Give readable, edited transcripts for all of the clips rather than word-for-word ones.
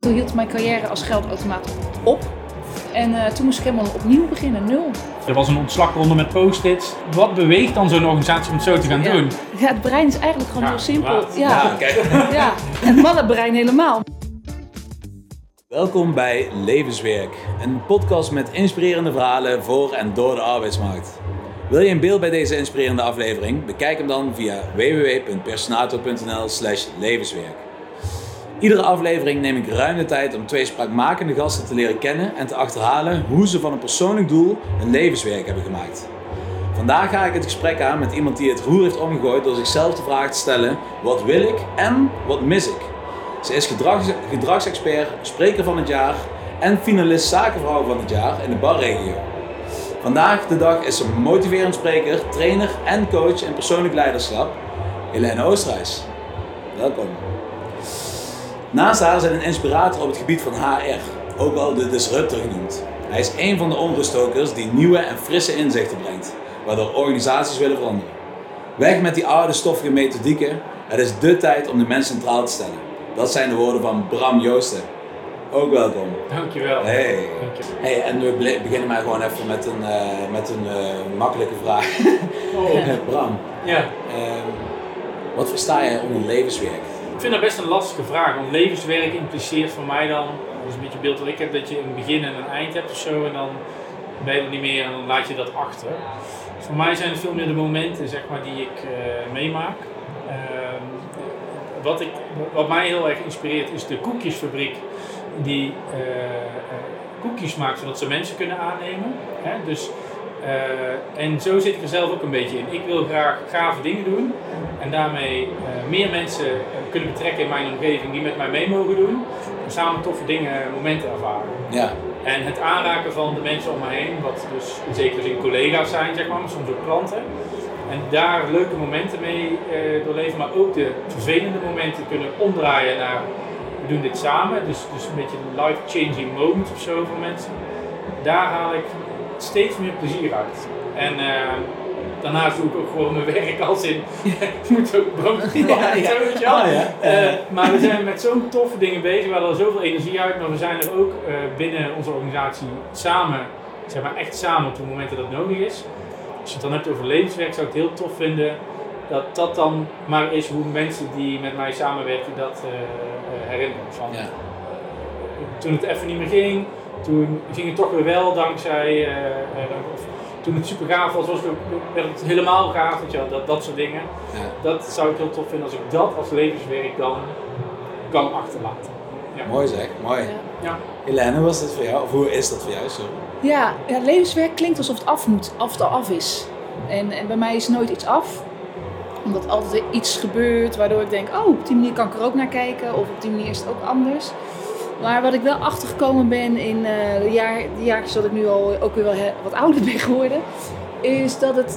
Toen hield mijn carrière als geldautomaat op. En toen moest ik helemaal opnieuw beginnen, 0. Er was een ontslagronde met post-its. Wat beweegt dan zo'n organisatie om het zo te gaan doen? Ja, het brein is eigenlijk gewoon heel simpel. Kijk. Ja, het mannenbrein helemaal. Welkom bij Levenswerk, een podcast met inspirerende verhalen voor en door de arbeidsmarkt. Wil je een beeld bij deze inspirerende aflevering? Bekijk hem dan via www.personator.nl/levenswerk. Iedere aflevering neem ik ruim de tijd om 2 spraakmakende gasten te leren kennen en te achterhalen hoe ze van een persoonlijk doel een levenswerk hebben gemaakt. Vandaag ga ik het gesprek aan met iemand die het roer heeft omgegooid door zichzelf de vraag te stellen: wat wil ik en wat mis ik? Ze is gedragsexpert, spreker van het jaar en finalist zakenvrouw van het jaar in de barregio. Vandaag de dag is ze motiverend spreker, trainer en coach in persoonlijk leiderschap, Helene Oosterhuis. Welkom. Naast haar zijn een inspirator op het gebied van HR, ook wel de disruptor genoemd. Hij is een van de onruststokers die nieuwe en frisse inzichten brengt, waardoor organisaties willen veranderen. Weg met die oude stoffige methodieken, het is dé tijd om de mens centraal te stellen. Dat zijn de woorden van Bram Joosten. Ook welkom. Dankjewel. Hey. Dankjewel. Hey, en we beginnen maar gewoon even met een makkelijke vraag. Bram, Ja. wat versta jij onder levenswerk? Ik vind dat best een lastige vraag, want levenswerk impliceert voor mij dan, dat is een beetje het beeld dat ik heb, dat je een begin en een eind hebt of zo en dan ben je er niet meer en dan laat je dat achter. Voor mij zijn het veel meer de momenten zeg maar, die ik meemaak. Wat mij heel erg inspireert is de koekjesfabriek die koekjes maakt zodat ze mensen kunnen aannemen. Hè? Dus, en zo zit ik er zelf ook een beetje in. Ik wil graag gave dingen doen en daarmee meer mensen kunnen betrekken in mijn omgeving die met mij mee mogen doen. En samen toffe dingen, momenten ervaren. Ja. En het aanraken van de mensen om me heen, wat dus in zekere zin collega's zijn, zeg maar soms ook klanten. En daar leuke momenten mee doorleven, maar ook de vervelende momenten kunnen omdraaien naar we doen dit samen. Dus een beetje life-changing moments of zo voor mensen. Daar haal ik steeds meer plezier uit. En daarnaast doe ik ook gewoon mijn werk als in, je moet ook brood maar we zijn met zo'n toffe dingen bezig, we halen er zoveel energie uit, maar we zijn er ook binnen onze organisatie samen, zeg maar echt samen op de momenten dat het nodig is. Als je het dan hebt over levenswerk, zou ik het heel tof vinden dat dan maar is hoe mensen die met mij samenwerken dat herinneren. Toen het even niet meer ging, toen ging het toch weer wel dankzij, toen het super gaaf was, werd het helemaal gaaf, dat soort dingen. Ja. Dat zou ik heel tof vinden als ik dat als levenswerk dan kan achterlaten. Ja. Mooi zeg, mooi. Ja. Helene, hoe was dat voor jou? Of hoe is dat voor jou? Sorry. Ja, levenswerk klinkt alsof het af moet, of het al af is. En bij mij is nooit iets af. Omdat altijd weer iets gebeurt waardoor ik denk, oh, op die manier kan ik er ook naar kijken. Of op die manier is het ook anders. Maar wat ik wel achtergekomen ben in de jaartjes dat ik nu al ook weer wel wat ouder ben geworden. Is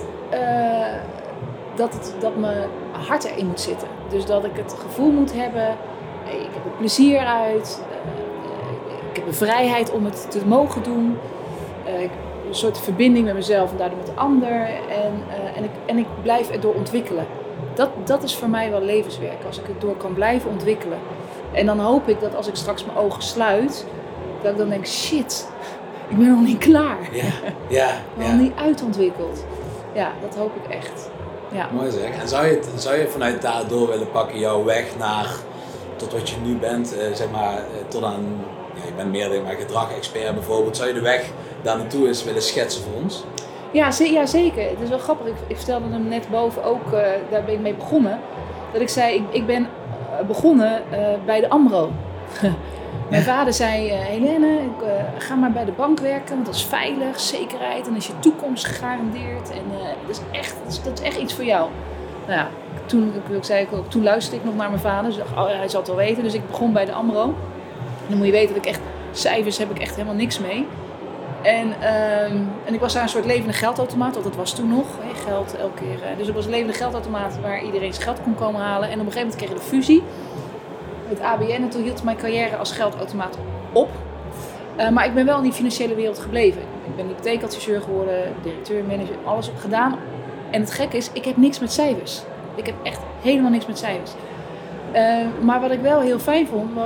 dat mijn hart erin moet zitten. Dus dat ik het gevoel moet hebben, ik heb er plezier uit. Ik heb de vrijheid om het te mogen doen. Een soort verbinding met mezelf en daardoor met de ander. En ik blijf erdoor ontwikkelen. Dat is voor mij wel levenswerk. Als ik het door kan blijven ontwikkelen. En dan hoop ik dat als ik straks mijn ogen sluit, dat ik dan denk, shit, ik ben nog niet klaar. Ja. Nog niet uitontwikkeld. Ja, dat hoop ik echt. Ja. Mooi zeg. En zou je vanuit daardoor willen pakken jouw weg naar tot wat je nu bent, zeg maar, tot aan, je bent meer gedrag-expert bijvoorbeeld. Zou je de weg daar naartoe eens willen schetsen voor ons? Ja, zeker. Het is wel grappig. Ik vertelde hem net boven ook, daar ben ik mee begonnen. Dat ik zei, ik ben begonnen bij de AMRO. Mijn vader zei, Helene, ga maar bij de bank werken, want dat is veilig, zekerheid en is je toekomst gegarandeerd. En dat is echt iets voor jou. Nou ja, toen luisterde ik nog naar mijn vader, dus dacht, hij zal het wel weten. Dus ik begon bij de AMRO. En dan moet je weten dat cijfers heb ik echt helemaal niks mee. En ik was daar een soort levende geldautomaat, want dat was toen nog, geld elke keer. Dus ik was een levende geldautomaat waar iedereen zijn geld kon komen halen. En op een gegeven moment kreeg je de fusie met ABN en toen hield mijn carrière als geldautomaat op. Maar ik ben wel in die financiële wereld gebleven. Ik ben hypotheekadviseur geworden, directeur, manager, alles op gedaan. En het gekke is, ik heb niks met cijfers. Ik heb echt helemaal niks met cijfers. Maar wat ik wel heel fijn vond, was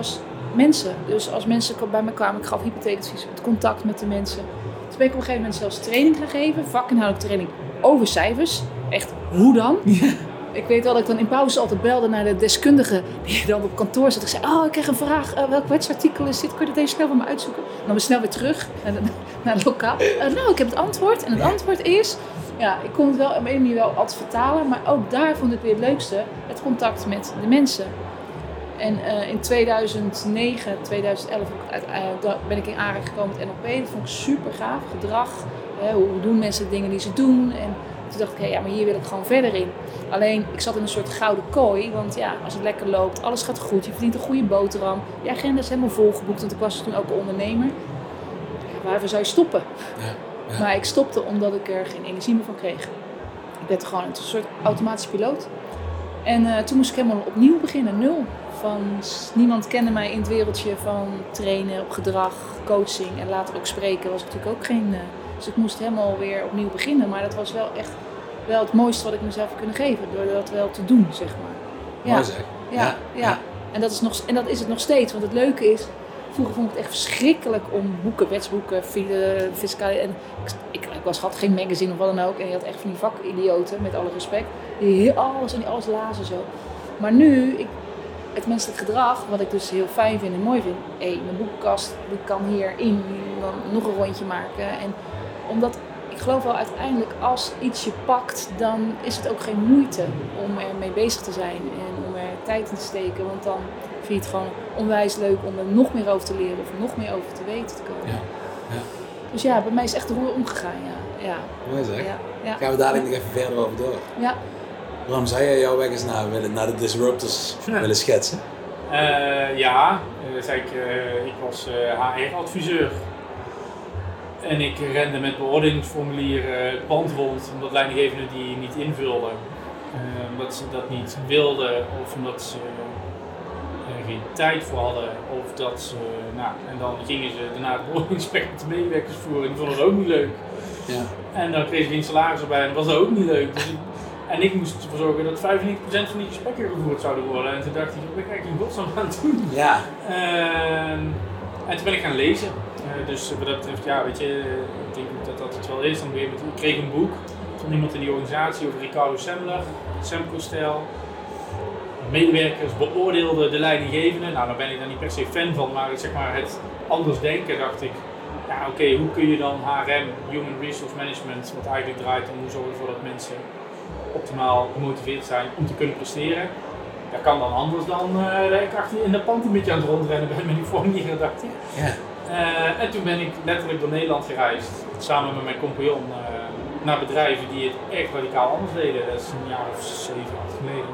mensen. Dus als mensen bij me kwamen, ik gaf hypotheekadvies, het contact met de mensen. Toen ben ik op een gegeven moment zelfs training gaan geven, vakinhoudelijke training over cijfers. Echt, hoe dan? Ja. Ik weet wel dat ik dan in pauze altijd belde naar de deskundige die dan op kantoor zat. Ik zei, ik krijg een vraag, welk wetsartikel is dit? Kun je dat even snel van me uitzoeken? En dan weer snel weer terug naar het lokaal. Ik heb het antwoord. En het antwoord is, ja, ik kon het wel op een manier wel altijd vertalen. Maar ook daar vond ik weer het leukste, het contact met de mensen. En in 2009, 2011 ben ik in aanraking gekomen met NLP. Dat vond ik super gaaf. Gedrag, hoe doen mensen de dingen die ze doen. En toen dacht ik, maar hier wil ik gewoon verder in. Alleen, ik zat in een soort gouden kooi. Want ja, als het lekker loopt, alles gaat goed. Je verdient een goede boterham. Je agenda is helemaal volgeboekt. Want ik was toen ook een ondernemer. Ja, waarvoor zou je stoppen? Ja. Maar ik stopte omdat ik er geen energie meer van kreeg. Ik werd gewoon een soort automatische piloot. En toen moest ik helemaal opnieuw beginnen, nul. Niemand kende mij in het wereldje van trainen op gedrag, coaching en later ook spreken was ik natuurlijk ook geen... Dus ik moest helemaal weer opnieuw beginnen. Maar dat was wel echt wel het mooiste wat ik mezelf heb kunnen geven. Door dat wel te doen, zeg maar. Ja. Mooi zeg. Ja. En dat is het nog steeds. Want het leuke is, vroeger vond ik het echt verschrikkelijk om boeken, wetsboeken, fiscale... En ik had geen magazine of wat dan ook. En je had echt van die vakidioten, met alle respect. Die alles lazen zo. Maar nu... Het menselijk gedrag, wat ik dus heel fijn vind en mooi vind. Mijn boekenkast, die kan hierin nog een rondje maken. En omdat ik geloof wel uiteindelijk als iets je pakt, dan is het ook geen moeite om ermee bezig te zijn en om er tijd in te steken. Want dan vind je het gewoon onwijs leuk om er nog meer over te leren of nog meer over te weten te komen. Ja. Dus ja, bij mij is echt de roer omgegaan. Ja. Mooi zeg. Ja. Gaan we dadelijk nog even verder over door. Ja. Waarom zou jij jouw weg eens naar de disruptors willen schetsen? Ik was HR-adviseur. En ik rende met beoordelingsformulieren het pand rond omdat leidinggevenden die niet invulden. Omdat ze dat niet wilden of omdat ze er geen tijd voor hadden. Of dat ze, en dan gingen ze daarna het beoordelingsgesprek met de medewerkers voeren en die vonden het ook niet leuk. Ja. En dan kregen ze geen salaris erbij en dat was ook niet leuk. Dus en ik moest ervoor zorgen dat 95% van die gesprekken gevoerd zouden worden. En toen dacht ik, wat ben ik eigenlijk in godsnaam aan het doen? Ja. En toen ben ik gaan lezen. Dus wat dat betreft, ik denk dat het wel is. Ik kreeg een boek van iemand in die organisatie over Ricardo Semler, Semco-stijl. Medewerkers beoordeelden de leidinggevenden. Nou, daar ben ik dan niet per se fan van, maar zeg maar het anders denken dacht ik. Hoe kun je dan HRM, Human Resource Management, wat eigenlijk draait om hoe zorgen we ervoor dat mensen optimaal gemotiveerd zijn om te kunnen presteren. Dat kan dan anders dan dat ik achter in de pand een beetje aan het rondrennen ben met die formulieren, dacht ik. Ja. En toen ben ik letterlijk door Nederland gereisd, samen met mijn compagnon, naar bedrijven die het echt radicaal anders deden. Dat is een jaar of 7, 8 geleden.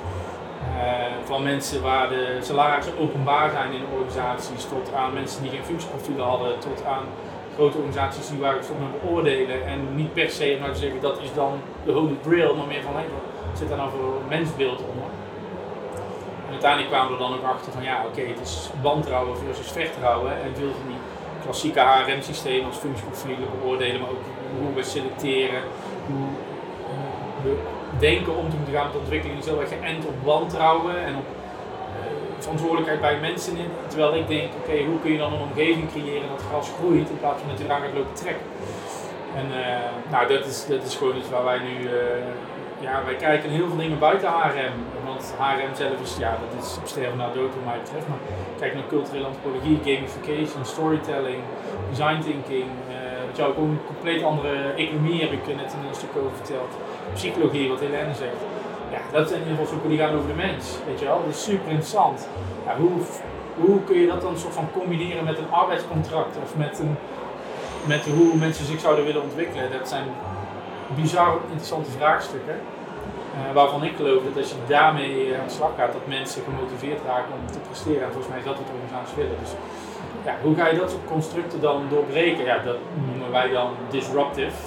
Van mensen waar de salarissen openbaar zijn in de organisaties, tot aan mensen die geen functieprofielen hadden, tot aan grote organisaties die waren gestopt met beoordelen en niet per se om nou te zeggen dat is dan de holy grail, maar meer van wat zit daar nou voor mensbeeld onder. En uiteindelijk kwamen we er dan ook achter van het is wantrouwen versus vertrouwen en het wil van die klassieke HRM-systemen als functieprofielen beoordelen, maar ook hoe we selecteren, hoe we denken om te moeten gaan met ontwikkeling is heel erg geënt op wantrouwen en op verantwoordelijkheid bij mensen in. Terwijl ik denk, hoe kun je dan een omgeving creëren dat gras groeit in plaats van dat je eraan gaat lopen trekken. En dat is gewoon iets waar wij nu, wij kijken heel veel dingen buiten HRM. Want HRM zelf is, dat is op sterven na dood wat mij betreft. Maar kijk naar culturele antropologie, gamification, storytelling, design thinking. Ook een compleet andere economie heb ik net een stuk over verteld. Psychologie, wat Helene zegt. Ja, dat zijn in ieder geval zoeken die gaan over de mens, weet je wel. Dat is super interessant. Ja, hoe kun je dat dan soort van combineren met een arbeidscontract of met hoe mensen zich zouden willen ontwikkelen? Dat zijn bizar interessante vraagstukken. Waarvan ik geloof dat als je daarmee aan de slag gaat, dat mensen gemotiveerd raken om te presteren. En volgens mij is dat wat organisaties willen. Dus hoe ga je dat soort constructen dan doorbreken? Ja, dat noemen wij dan disruptive.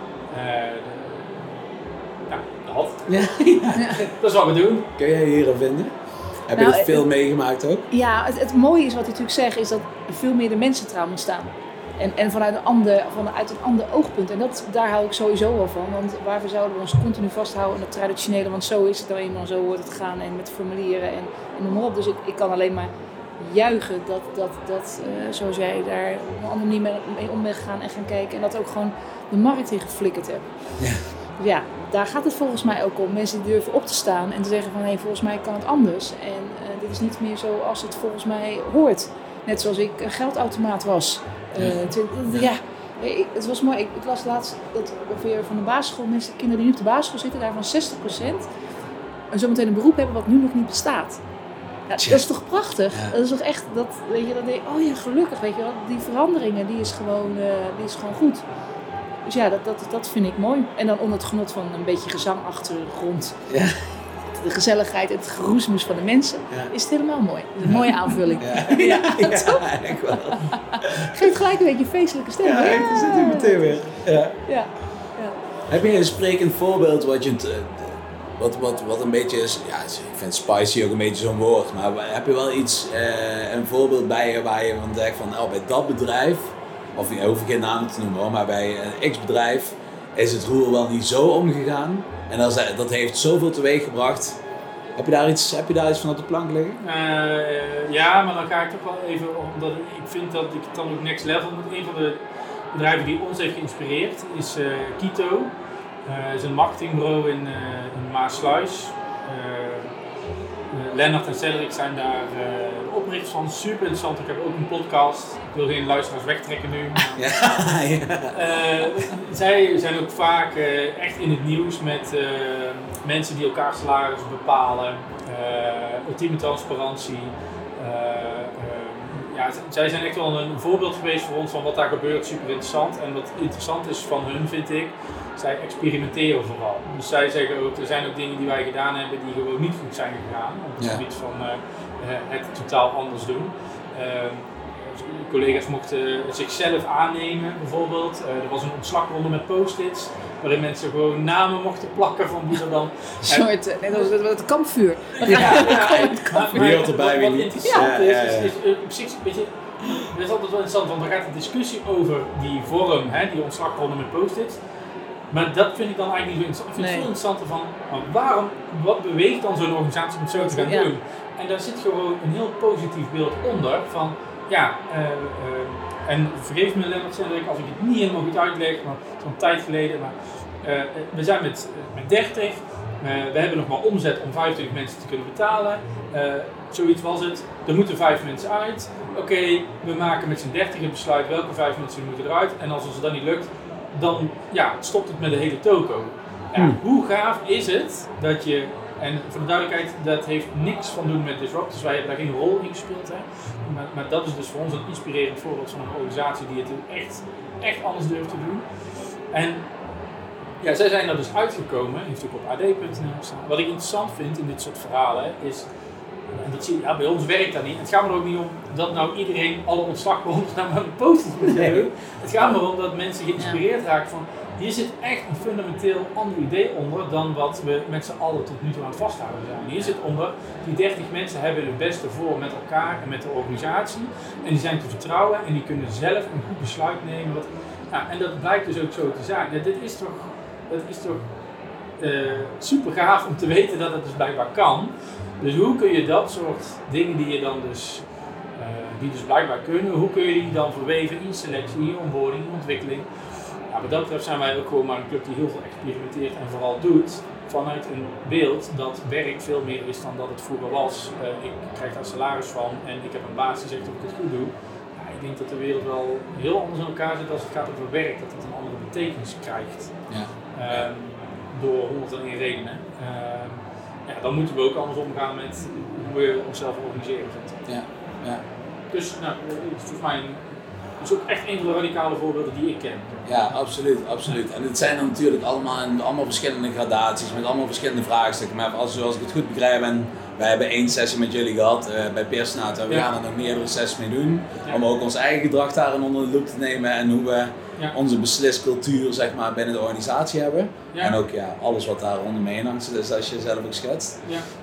Dat is wat we doen. Kun jij hierin vinden? Heb je er veel meegemaakt ook? Ja, het mooie is wat ik natuurlijk zeg, is dat er veel meer de mensen trouw moet staan. En vanuit een ander oogpunt. En daar hou ik sowieso wel van. Want waarvoor zouden we ons continu vasthouden aan het traditionele? Want zo is het nou eenmaal, zo hoort het gaan. En met formulieren en noem maar op. Dus ik kan alleen maar juichen dat zoals jij daar op een andere manier mee om bent gegaan en gaan kijken. En dat ook gewoon de markt in geflikkerd hebt. Ja. Dus ja, daar gaat het volgens mij ook om. Mensen die durven op te staan en te zeggen van volgens mij kan het anders. En dit is niet meer zoals het volgens mij hoort. Net zoals ik een geldautomaat was. Het was mooi. Ik las laatst dat ongeveer van de basisschool, kinderen die nu op de basisschool zitten, daarvan 60% zometeen een beroep hebben wat nu nog niet bestaat. Ja, dat is toch prachtig? Ja. Dat is toch echt, weet je, dan denk je, oh ja, gelukkig, weet je wel. Die veranderingen, die is gewoon goed. Dus ja, dat vind ik mooi. En dan onder het genot van een beetje gezang achter de grond. Ja. De gezelligheid en het geroesmoes van de mensen, is het helemaal mooi. Dat is een mooie aanvulling. Ja, ik wel. Geeft gelijk een beetje feestelijke stem. Ja, dat zit hier meteen weer. Ja. Heb je een sprekend voorbeeld wat een beetje is, ik vind spicy ook een beetje zo'n woord, maar heb je wel iets, een voorbeeld bij je waar je van denkt van, bij dat bedrijf, of ik hoef geen naam te noemen hoor, maar bij een X-bedrijf is het roer wel niet zo omgegaan en dat heeft zoveel teweeg gebracht. Heb je daar iets van op de plank liggen? Ja, maar dan ga ik toch wel even, omdat ik vind dat ik het dan ook next level moet. Een van de bedrijven die ons heeft geïnspireerd is Kito. Het is een marketingbureau in Maasluis. Lennart en Cedric zijn daar de oprichters van. Super interessant. Ik heb ook een podcast. Ik wil geen luisteraars wegtrekken nu. Zij zijn ook vaak echt in het nieuws met mensen die elkaar salaris bepalen. Ultieme transparantie. Zij zijn echt wel een voorbeeld geweest voor ons van wat daar gebeurt. Super interessant. En wat interessant is van hun, vind ik, zij experimenteren vooral. Dus zij zeggen ook, er zijn ook dingen die wij gedaan hebben die gewoon niet goed zijn gegaan. Op het gebied van het totaal anders doen. Collega's mochten zichzelf aannemen bijvoorbeeld. Er was een ontslagronde met post-its waarin mensen gewoon namen mochten plakken van wie er dan... Een soort, net als het kampvuur. Wat interessant is op zich, weet je, dat is altijd wel interessant, want dan gaat de discussie over die vorm, die ontslagronde met post-its. Maar dat vind ik dan eigenlijk niet zo interessant. Ik vind het veel interessanter van, wat beweegt dan zo'n organisatie om het zo te gaan doen? En daar zit gewoon een heel positief beeld onder van, en vergeef me Lennart Cedric als ik het niet helemaal goed uitleg, maar zo'n tijd geleden. Maar we zijn met 30, we hebben nog maar omzet om 25 mensen te kunnen betalen. Zoiets was het. Er moeten 5 mensen uit. Oké, we maken met z'n 30 het besluit welke 5 mensen moeten eruit. En als ons dat niet lukt, dan stopt het met de hele toko. Hoe gaaf is het dat je, en voor de duidelijkheid, dat heeft niks van doen met disruptors, wij hebben daar geen rol in gespeeld. Maar dat is dus voor ons een inspirerend voorbeeld van een organisatie die het echt anders durft te doen. En zij zijn er dus uitgekomen, heeft ook op ad.nl staan. Wat ik interessant vind in dit soort verhalen is, en dat zie je, bij ons werkt dat niet. Het gaat er ook niet om dat nou iedereen alle ontslagrondes naar een post-it moet hebben. Het gaat erom dat mensen geïnspireerd raken van, hier zit echt een fundamenteel ander idee onder dan wat we met z'n allen tot nu toe aan het vasthouden zijn. Hier zit onder, die 30 mensen hebben het beste voor met elkaar en met de organisatie. En die zijn te vertrouwen en die kunnen zelf een goed besluit nemen. En dat blijkt dus ook zo te zijn. Dat is toch super gaaf om te weten dat het dus blijkbaar kan. Dus hoe kun je dat soort dingen die je dan dus, die dus blijkbaar kunnen, hoe kun je die dan verweven in selectie, in onboarding, in ontwikkeling? Wat dat betreft zijn wij ook gewoon maar een club die heel veel experimenteert en vooral doet vanuit een beeld dat werk veel meer is dan dat het vroeger was. Ik krijg daar salaris van en ik heb een baas die zegt of ik het goed doe. Ik denk dat de wereld wel heel anders in elkaar zit als het gaat over werk, dat het een andere betekenis krijgt. Door 101 redenen. Dan moeten we ook anders omgaan met hoe we onszelf organiseren. Dus volgens mij is ook echt een van de radicale voorbeelden die ik ken. Ja, absoluut. En het zijn dan natuurlijk allemaal verschillende gradaties met allemaal verschillende vraagstukken. Maar zoals ik het goed begrijp, en wij hebben 1 sessie met jullie gehad bij Peersnaat en we gaan er nog meerdere sessies mee doen. Om ook ons eigen gedrag daarin onder de loep te nemen en hoe we onze besliscultuur zeg maar binnen de organisatie hebben. En ook alles wat daar onder mee hangt, dus als je zelf ook schetst.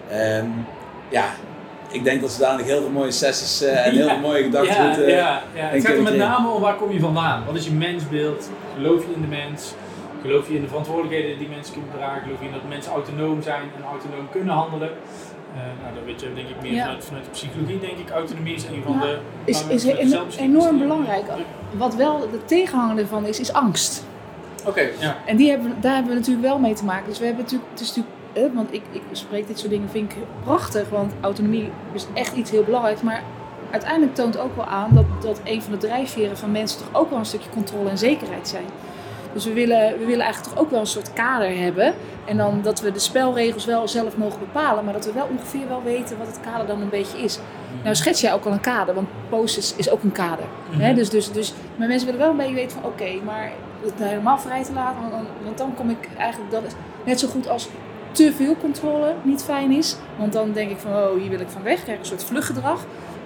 Ik denk dat ze daar nog heel veel mooie sessies en heel veel mooie gedachtegoed. Het gaat er met name om waar kom je vandaan? Wat is je mensbeeld? Geloof je in de mens? Geloof je in de verantwoordelijkheden die mensen kunnen dragen? Geloof je in dat mensen autonoom zijn en autonoom kunnen handelen? Dat weet je denk ik meer vanuit de psychologie, denk ik. Autonomie is een van de... Is enorm belangrijk. Wat wel de tegenhanger ervan is angst. Oké, ja. En daar hebben we natuurlijk wel mee te maken. Dus we hebben natuurlijk, het is natuurlijk, want ik spreek dit soort dingen, vind ik prachtig, want autonomie is echt iets heel belangrijks. Maar uiteindelijk toont ook wel aan dat een van de drijfveren van mensen toch ook wel een stukje controle en zekerheid zijn. Dus we willen eigenlijk toch ook wel een soort kader hebben. En dan dat we de spelregels wel zelf mogen bepalen, maar dat we wel ongeveer wel weten wat het kader dan een beetje is. Nou schets jij ook al een kader, want post is ook een kader. Mm-hmm. Hè? Dus, maar mensen willen wel een beetje weten van oké, maar het helemaal vrij te laten, want dan kom ik eigenlijk, dat is net zo goed als te veel controle niet fijn is. Want dan denk ik van hier wil ik van weg, krijg een soort vluchtgedrag.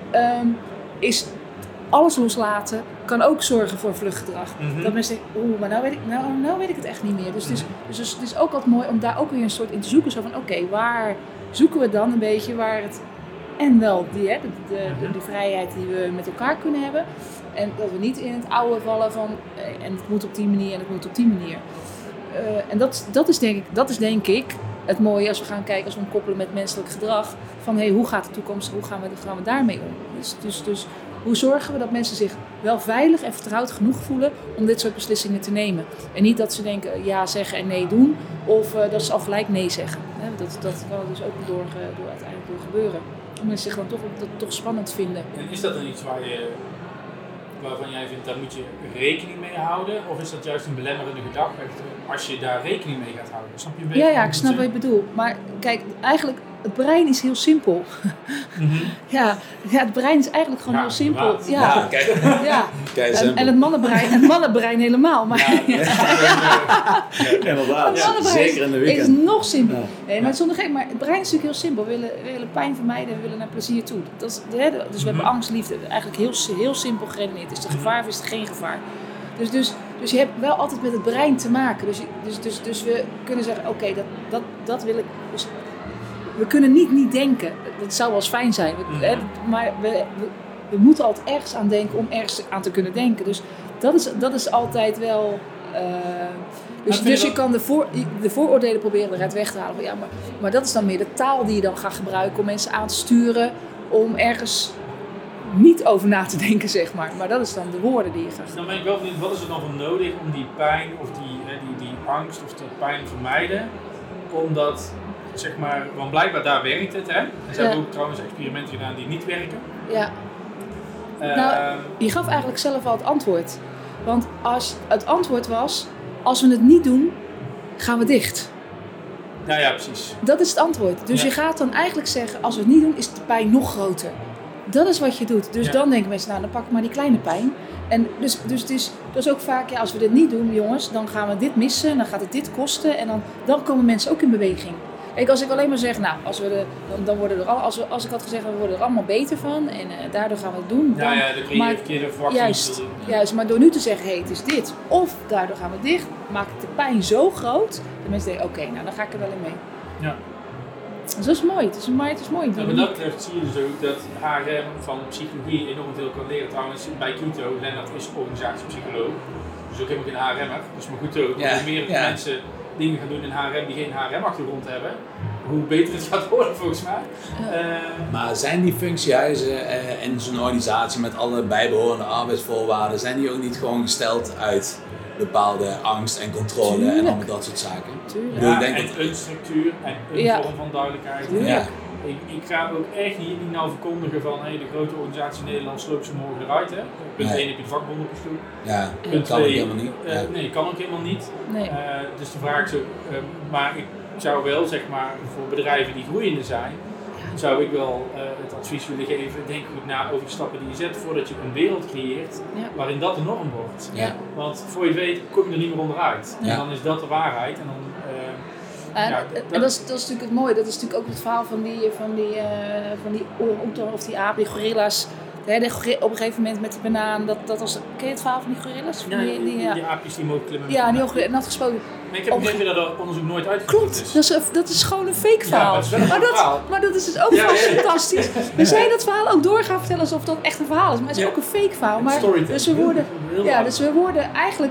Is alles loslaten kan ook zorgen voor vluchtgedrag. Mm-hmm. Dat mensen denken, maar nou weet ik het echt niet meer. Dus het is ook altijd mooi om daar ook weer een soort in te zoeken. Zo van oké, waar zoeken we dan een beetje waar het... En wel de vrijheid die we met elkaar kunnen hebben. En dat we niet in het oude vallen van... en het moet op die manier en het moet op die manier. En dat is denk ik het mooie als we gaan kijken, als we hem koppelen met menselijk gedrag. Van hoe gaat de toekomst, hoe gaan we daarmee om? Dus hoe zorgen we dat mensen zich wel veilig en vertrouwd genoeg voelen om dit soort beslissingen te nemen? En niet dat ze denken ja zeggen en nee doen, of dat ze al gelijk nee zeggen. Dat kan er dus ook uiteindelijk door gebeuren. Omdat ze zich dan toch spannend vinden. En is dat dan iets waarvan jij vindt, daar moet je rekening mee houden? Of is dat juist een belemmerende gedachte als je daar rekening mee gaat houden? Snap je een beetje? Ja, ik snap wat je bedoelt. Maar kijk, eigenlijk, het brein is heel simpel. Mm-hmm. Ja, het brein is eigenlijk gewoon heel simpel. Ja, kijk. Ja. En het mannenbrein helemaal. Maar inderdaad. Zeker in de weekend. Is nog simpeler. Ja. Nee, maar zonder gek, maar het brein is natuurlijk heel simpel. We willen pijn vermijden, we willen naar plezier toe. Dus we hebben angst, liefde. Eigenlijk heel simpel geredeneerd. Is het gevaar of is het geen gevaar? Dus je hebt wel altijd met het brein te maken. Dus we kunnen zeggen, oké, dat wil ik... Dus we kunnen niet denken. Dat zou wel eens fijn zijn. Maar we moeten altijd ergens aan denken om ergens aan te kunnen denken. Dus dat is altijd wel... Dus je kan de vooroordelen proberen eruit weg te halen. Van, ja, maar dat is dan meer de taal die je dan gaat gebruiken om mensen aan te sturen om ergens niet over na te denken, zeg maar. Maar dat is dan de woorden die je gaat gebruiken. Dan ben ik wel benieuwd, wat is er dan voor nodig om die pijn of die angst of de pijn te vermijden? Omdat, zeg maar, want blijkbaar daar werkt het, hè? En ze hebben ook trouwens experimenten gedaan die niet werken. Ja. Je gaf eigenlijk zelf al het antwoord. Want het antwoord was, als we het niet doen, gaan we dicht. Nou ja, precies. Dat is het antwoord. Dus je gaat dan eigenlijk zeggen, als we het niet doen, is de pijn nog groter. Dat is wat je doet. Dus dan denken mensen, dan pak ik maar die kleine pijn. En dus dat is ook vaak, als we dit niet doen, jongens, dan gaan we dit missen, dan gaat het dit kosten. En dan komen mensen ook in beweging. Kijk, als ik alleen maar zeg, nou, dan worden er als ik had gezegd, we worden er allemaal beter van en daardoor gaan we het doen. Dan kun je verkeerde verwachtingen. Juist, maar door nu te zeggen, het is dit, of daardoor gaan we dicht, maakt de pijn zo groot, dat mensen denken, oké, nou, dan ga ik er wel in mee. Ja. Dus dat is mooi, het is mooi. En wat dat betreft zie je dus ook dat HRM van psychologie enorm veel kan leren. Trouwens, bij Kito, Lennart is organisatiepsycholoog, dus ook helemaal geen HRM'er, dus maar goed ook. Hoe meer mensen dingen gaan doen in HRM die geen HRM-achtergrond hebben, hoe beter het gaat worden volgens mij. Maar zijn die functiehuizen in zo'n organisatie met alle bijbehorende arbeidsvoorwaarden, zijn die ook niet gewoon gesteld uit bepaalde angst en controle en allemaal dat soort zaken? Ja, een structuur en een vorm van duidelijkheid. Ja. Ik ga ook echt niet nou verkondigen van de grote organisatie in Nederland sloop ze morgen eruit. Hè. Punt 1 heb je de vakbond opgesloten. Ja, punt kan 2, ook helemaal niet. Nee, kan ook helemaal niet. Nee. Dus de vraag is ook, maar ik zou wel zeg maar voor bedrijven die groeiende zijn, zou ik wel het advies willen geven, denk goed na over de stappen die je zet voordat je een wereld creëert waarin dat de norm wordt. Ja. Want voor je weet kom je er niet meer onderuit. Ja. En dan is dat de waarheid. En dan, en dat is natuurlijk het mooie. Dat is natuurlijk ook het verhaal van die orang-oetan of die aap, die gorilla's. Op een gegeven moment met die banaan, dat was... Ken je het verhaal van die gorillas? Die aapjes die mogen klimmen. Ja, die mogen nat gesproken. Nee, ik heb begrepen dat dat onderzoek nooit uitgevoerd is. Klopt, dat is gewoon een fake verhaal. Ja, maar dat is dus ook fantastisch. We zijn dat verhaal ook door gaan vertellen alsof dat echt een verhaal is. Maar het is ook een fake verhaal. Maar, dus we worden eigenlijk...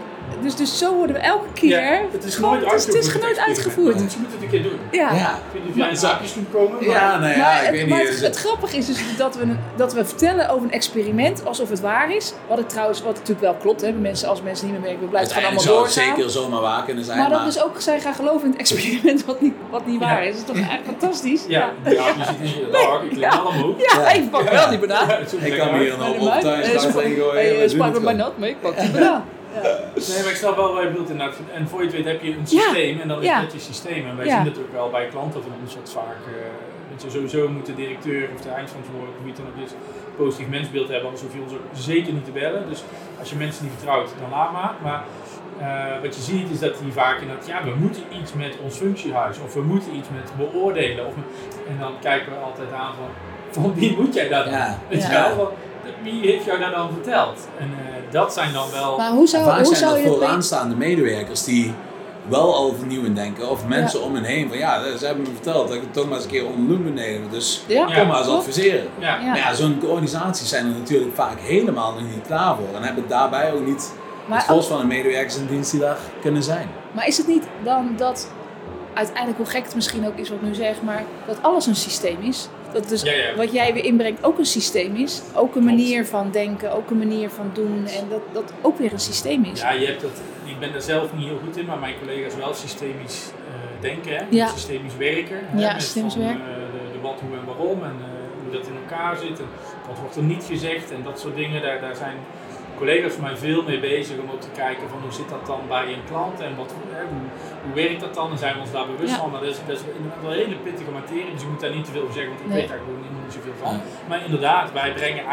Dus zo worden we elke keer... Ja, het is nooit uitgevoerd. Het is nooit uitgevoerd. Dus je moet het een keer doen. Ja. Ik weet niet of jij in zakjes kunt komen. Maar... Ja, nou ja, ik weet niet. Het grappige is dus dat we vertellen over een experiment alsof het waar is. Wat natuurlijk wel klopt. Hè. Als mensen niet meer werken, we blijven gewoon allemaal doorgaan. Zou het zeker zomaar waar kunnen zijn. Maar dat dus ook zij gaan geloven in het experiment wat niet waar is. Dat is toch echt fantastisch? Ja, je ziet niet in de dag. Ik leg allemaal op. Ja, ik pak wel die banaan. Ik kan me hier nog op thuis gooien. Spaar me maar nat, maar ik pak die banaan. Ja. Nee, maar ik snap wel wat je bedoelt inderdaad. En voor je het weet heb je een systeem en dan is dat je systeem. En wij zien dat ook wel bij klanten van ons wat vaak. Dat je sowieso moet de directeur of de eindverantwoordelijke, wie het dan ook is, een positief mensbeeld hebben. Anders hoef je ons ook zeker niet te bellen. Dus als je mensen niet vertrouwt, dan laat maar. Wat je ziet is dat die vaak inderdaad, we moeten iets met ons functiehuis. Of we moeten iets met beoordelen. En dan kijken we altijd aan van wie moet jij dat doen? Weet je wel? Wie heeft jou dat dan verteld? En dat zijn dan wel... Maar hoe zou je dat vooraanstaande medewerkers die wel al vernieuwend denken. Of mensen om hen heen van ze hebben me verteld dat ik het toch maar eens een keer onder de loep moet nemen. Dus kom maar eens adviseren. Ja. Maar zo'n organisaties zijn er natuurlijk vaak helemaal nog niet klaar voor. En hebben daarbij ook niet het gros van de medewerkers in dienst die daar kunnen zijn. Maar is het niet dan dat uiteindelijk, hoe gek het misschien ook is wat ik nu zeg, maar dat alles een systeem is? Dat dus wat jij weer inbrengt ook een systeem is. Ook een manier van denken, ook een manier van doen. En dat ook weer een systeem is. Ja, je hebt dat, ik ben er zelf niet heel goed in, maar mijn collega's wel systemisch denken. Hè? Systemisch werken. Ja, systemisch werken. De wat, hoe en waarom en hoe dat in elkaar zit. En wat wordt er niet gezegd en dat soort dingen. Daar zijn collega's van mij veel mee bezig om ook te kijken van hoe zit dat dan bij een klant en hoe werkt dat dan en zijn we ons daar bewust van. Maar dat is inderdaad wel een hele pittige materie, dus ik moet daar niet te veel over zeggen, want ik weet daar gewoon niet zoveel van. Maar inderdaad, wij brengen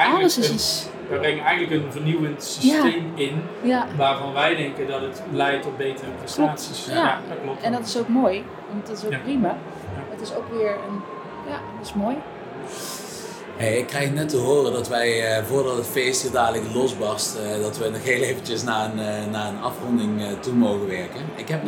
eigenlijk een vernieuwend systeem in waarvan wij denken dat het leidt tot betere prestaties. Klopt. Ja, dat klopt. En dat is ook mooi, want dat is ook prima. Het is ook weer dat is mooi. Hey, ik krijg net te horen dat wij, voordat het feest hier dadelijk losbarst, dat we nog heel eventjes naar een afronding toe mogen werken. Ik heb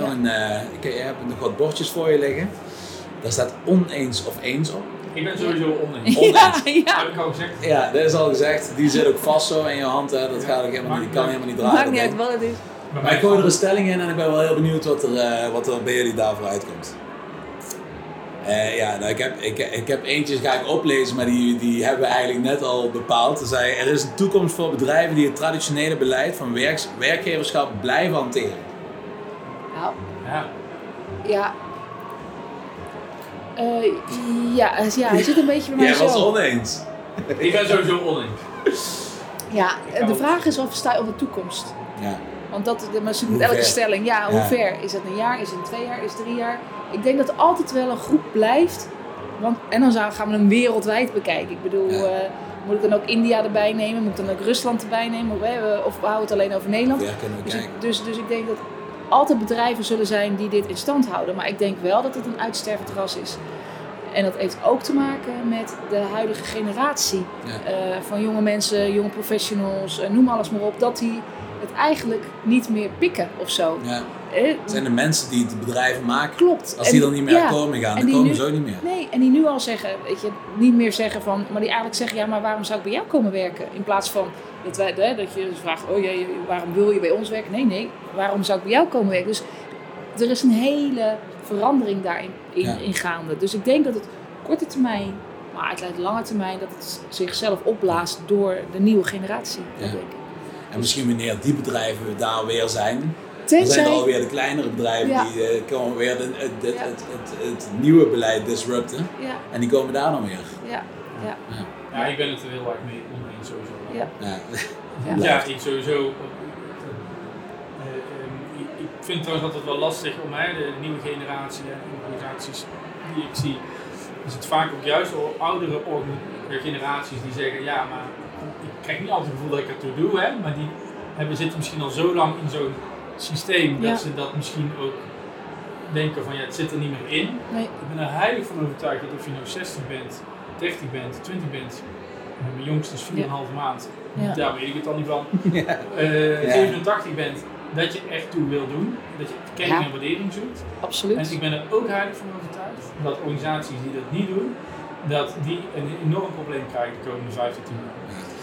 nog wat bordjes voor je liggen. Daar staat oneens of eens op. Ik ben sowieso oneens. Ja. Heb ik al gezegd. Ja, dat is al gezegd. Die zit ook vast zo in je hand. Hè. Dat gaat ook helemaal niet, die kan helemaal niet draaien. Maakt niet uit wat het is. Maar ik gooi er een stelling in en ik ben wel heel benieuwd wat er bij jullie daarvoor uitkomt. Ik heb eentjes ga ik oplezen, maar die hebben we eigenlijk net al bepaald. Er is een toekomst voor bedrijven die het traditionele beleid van werkgeverschap blijven hanteren. Nou. Hij zit een beetje bij mij zo. Jij was oneens. Ik ben sowieso oneens. Ja, de vraag is of sta je op de toekomst. Ja. Want dat is met elke stelling. Hoe ver? Is het een jaar? Is het 2 jaar? Is het 3 jaar? Ik denk dat er altijd wel een groep blijft. En dan gaan we hem wereldwijd bekijken. Ik bedoel, moet ik dan ook India erbij nemen? Moet ik dan ook Rusland erbij nemen? Of we houden het alleen over Nederland? Dus ik denk dat altijd bedrijven zullen zijn die dit in stand houden. Maar ik denk wel dat het een uitstervend ras is. En dat heeft ook te maken met de huidige generatie. Van jonge mensen, jonge professionals, noem alles maar op. Dat die het eigenlijk niet meer pikken of zo. Ja. Het zijn de mensen die de bedrijven maken. Klopt. Als die dan niet meer komen gaan, dan komen ze ook niet meer. Nee, en die nu al zeggen, niet meer zeggen van, maar die eigenlijk zeggen, maar waarom zou ik bij jou komen werken? In plaats van dat je vraagt, waarom wil je bij ons werken? Nee, waarom zou ik bij jou komen werken? Dus er is een hele verandering daarin in gaande. Dus ik denk dat het korte termijn, maar uiteindelijk lange termijn, dat het zichzelf opblaast door de nieuwe generatie. Ja. Denk ik. En misschien wanneer die bedrijven daar weer zijn, dan zijn er alweer de kleinere bedrijven die komen weer het nieuwe beleid disrupten. Ja. En die komen daar dan weer. Ja, ik ben het er heel erg mee oneens sowieso. Ik sowieso. Ik vind trouwens altijd wel lastig om de nieuwe generatie en organisaties die ik zie, is het vaak ook juist oudere generaties die zeggen, maar ik krijg niet altijd het gevoel dat ik ertoe doe, maar die zitten misschien al zo lang in zo'n systeem dat ze dat misschien ook denken van het zit er niet meer in. Nee. Ik ben er heilig van overtuigd dat of je nou 60 bent, 30 bent, 20 bent, mijn jongste is 4,5 maand, daar weet ik het al niet van, 87 bent, dat je echt toe wil doen, dat je erkenning en waardering zoekt. Absoluut. En ik ben er ook heilig van overtuigd dat organisaties die dat niet doen, dat die een enorm probleem krijgen de komende 5 tot 10 jaar.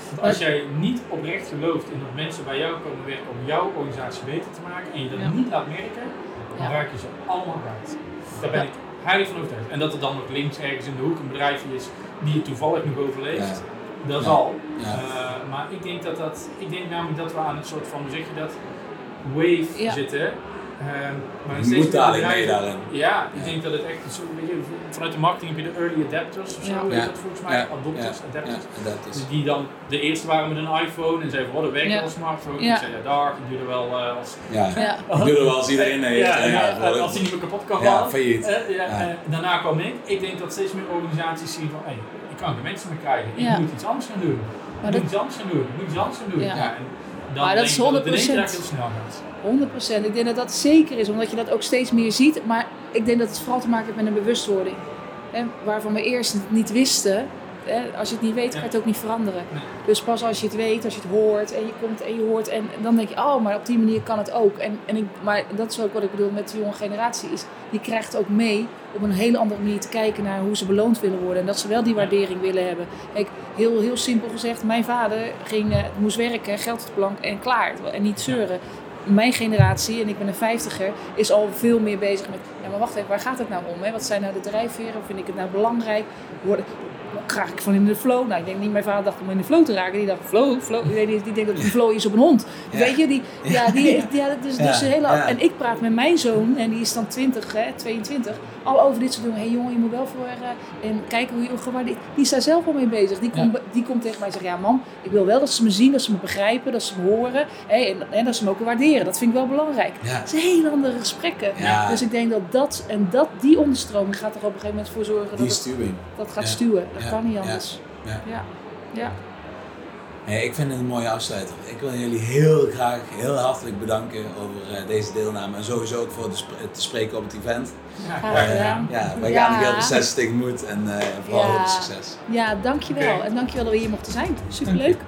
Want als jij niet oprecht gelooft in dat mensen bij jou komen werken om jouw organisatie beter te maken en je dat niet laat merken, dan raak je ze allemaal kwijt. Daar ben ik heilig van overtuigd. En dat er dan nog links ergens in de hoek een bedrijfje is die het toevallig nog overleeft, dat is al. Maar ik denk namelijk dat we aan het soort van, hoe zeg je dat, wave zitten. Maar je moet dadelijk mee daarin. Ja, ik denk dat het echt zo, vanuit de marketing heb je de early adapters of zo, is dat volgens mij, adapters. Dus die dan de eerste waren met een iPhone en zeiden, dat werkt als smartphone. Ik zei, dag, ik doe er wel als... Ik doe er wel als iedereen heeft. Als die niet meer kapot kan gaan. Failliet. Daarna kwam ik denk dat steeds meer organisaties zien van, ik kan geen mensen meer krijgen, ik moet iets anders gaan doen. Ik moet iets anders gaan doen. En dan maar dat is 100%. Dat het in één keer heel snel gaat. 100%. Ik denk dat dat zeker is, omdat je dat ook steeds meer ziet. Maar ik denk dat het vooral te maken heeft met een bewustwording. Waarvan we eerst niet wisten. Als je het niet weet, kan je het ook niet veranderen. Nee. Dus pas als je het weet, als je het hoort en je komt en je hoort. En dan denk je, maar op die manier kan het ook. Maar dat is ook wat ik bedoel met de jonge generatie. Die krijgt ook mee op een hele andere manier te kijken naar hoe ze beloond willen worden. En dat ze wel die waardering willen hebben. Kijk, heel simpel gezegd, mijn vader moest werken, geld op de plank en klaar. En niet zeuren. Mijn generatie, en ik ben een 50er, is al veel meer bezig met... maar wacht even, waar gaat het nou om? Wat zijn nou de drijfveren? Vind ik het nou belangrijk? Raak ik van in de flow? Nou, ik denk niet, mijn vader dacht om in de flow te raken. Die dacht, flow? Die denkt dat een flow is op een hond. Weet je? Dus hele... En ik praat met mijn zoon, en die is dan 22, al over dit soort dingen. Hé jongen, je moet wel voor... en kijken hoe je gewaardeerd... Die is daar zelf al mee bezig. Die komt tegen mij en zegt, ja man, ik wil wel dat ze me zien, dat ze me begrijpen, dat ze me horen. En dat ze me ook waarderen. Dat vind ik wel belangrijk. Ja. Dat zijn hele andere gesprekken. Ja. Dus ik denk dat die onderstroming gaat er op een gegeven moment voor zorgen dat gaat stuwen. Dat kan niet anders. Ja. Nee, ik vind het een mooie afsluiter. Ik wil jullie heel graag, heel hartelijk bedanken over deze deelname. En sowieso ook voor het te spreken op het event. Wij gaan nog heel veel succes tegemoet en vooral heel veel succes. Ja, dankjewel. Okay. En dankjewel dat we hier mochten zijn. Superleuk.